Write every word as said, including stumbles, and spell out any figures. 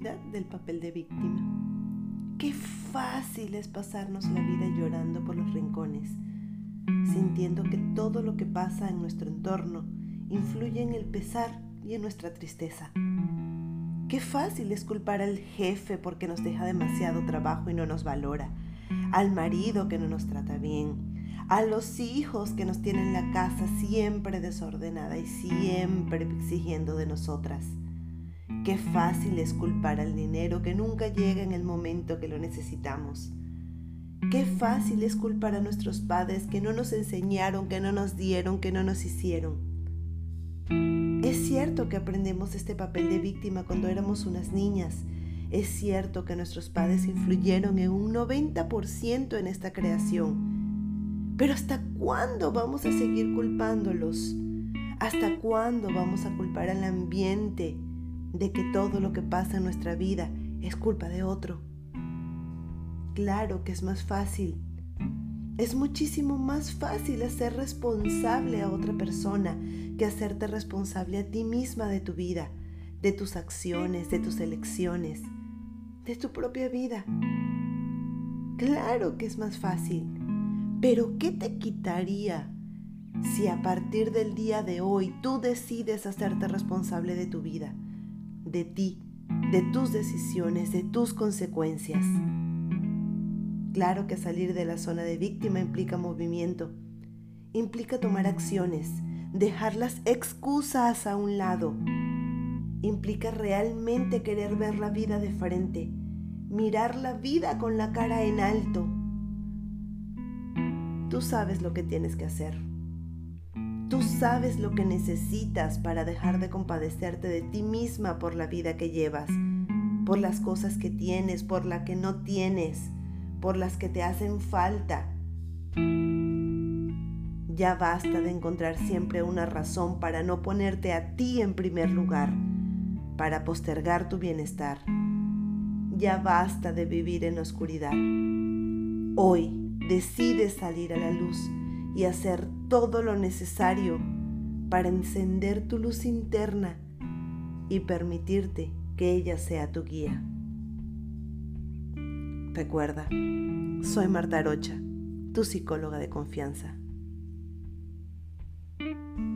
comodidad del papel de víctima. Qué fácil es pasarnos la vida llorando por los rincones, sintiendo que todo lo que pasa en nuestro entorno influye en el pesar y en nuestra tristeza. Qué fácil es culpar al jefe porque nos deja demasiado trabajo y no nos valora, al marido que no nos trata bien, a los hijos que nos tienen la casa siempre desordenada y siempre exigiendo de nosotras. Qué fácil es culpar al dinero que nunca llega en el momento que lo necesitamos. Qué fácil es culpar a nuestros padres que no nos enseñaron, que no nos dieron, que no nos hicieron. Es cierto que aprendemos este papel de víctima cuando éramos unas niñas. Es cierto que nuestros padres influyeron en un noventa por ciento en esta creación. Pero ¿hasta cuándo vamos a seguir culpándolos? ¿Hasta cuándo vamos a culpar al ambiente de que todo lo que pasa en nuestra vida es culpa de otro? Claro que es más fácil. Es muchísimo más fácil hacer responsable a otra persona que hacerte responsable a ti misma de tu vida, de tus acciones, de tus elecciones, de tu propia vida. Claro que es más fácil, pero ¿qué te quitaría si a partir del día de hoy tú decides hacerte responsable de tu vida, de ti, de tus decisiones, de tus consecuencias? Claro que salir de la zona de víctima implica movimiento, implica tomar acciones, dejar las excusas a un lado, implica realmente querer ver la vida de frente, mirar la vida con la cara en alto. Tú sabes lo que tienes que hacer. Tú sabes lo que necesitas para dejar de compadecerte de ti misma por la vida que llevas, por las cosas que tienes, por las que no tienes, por las que te hacen falta. Ya basta de encontrar siempre una razón para no ponerte a ti en primer lugar, para postergar tu bienestar. Ya basta de vivir en la oscuridad. Hoy decides salir a la luz y hacer todo lo necesario para encender tu luz interna y permitirte que ella sea tu guía. Recuerda, soy Marta Arocha, tu psicóloga de confianza.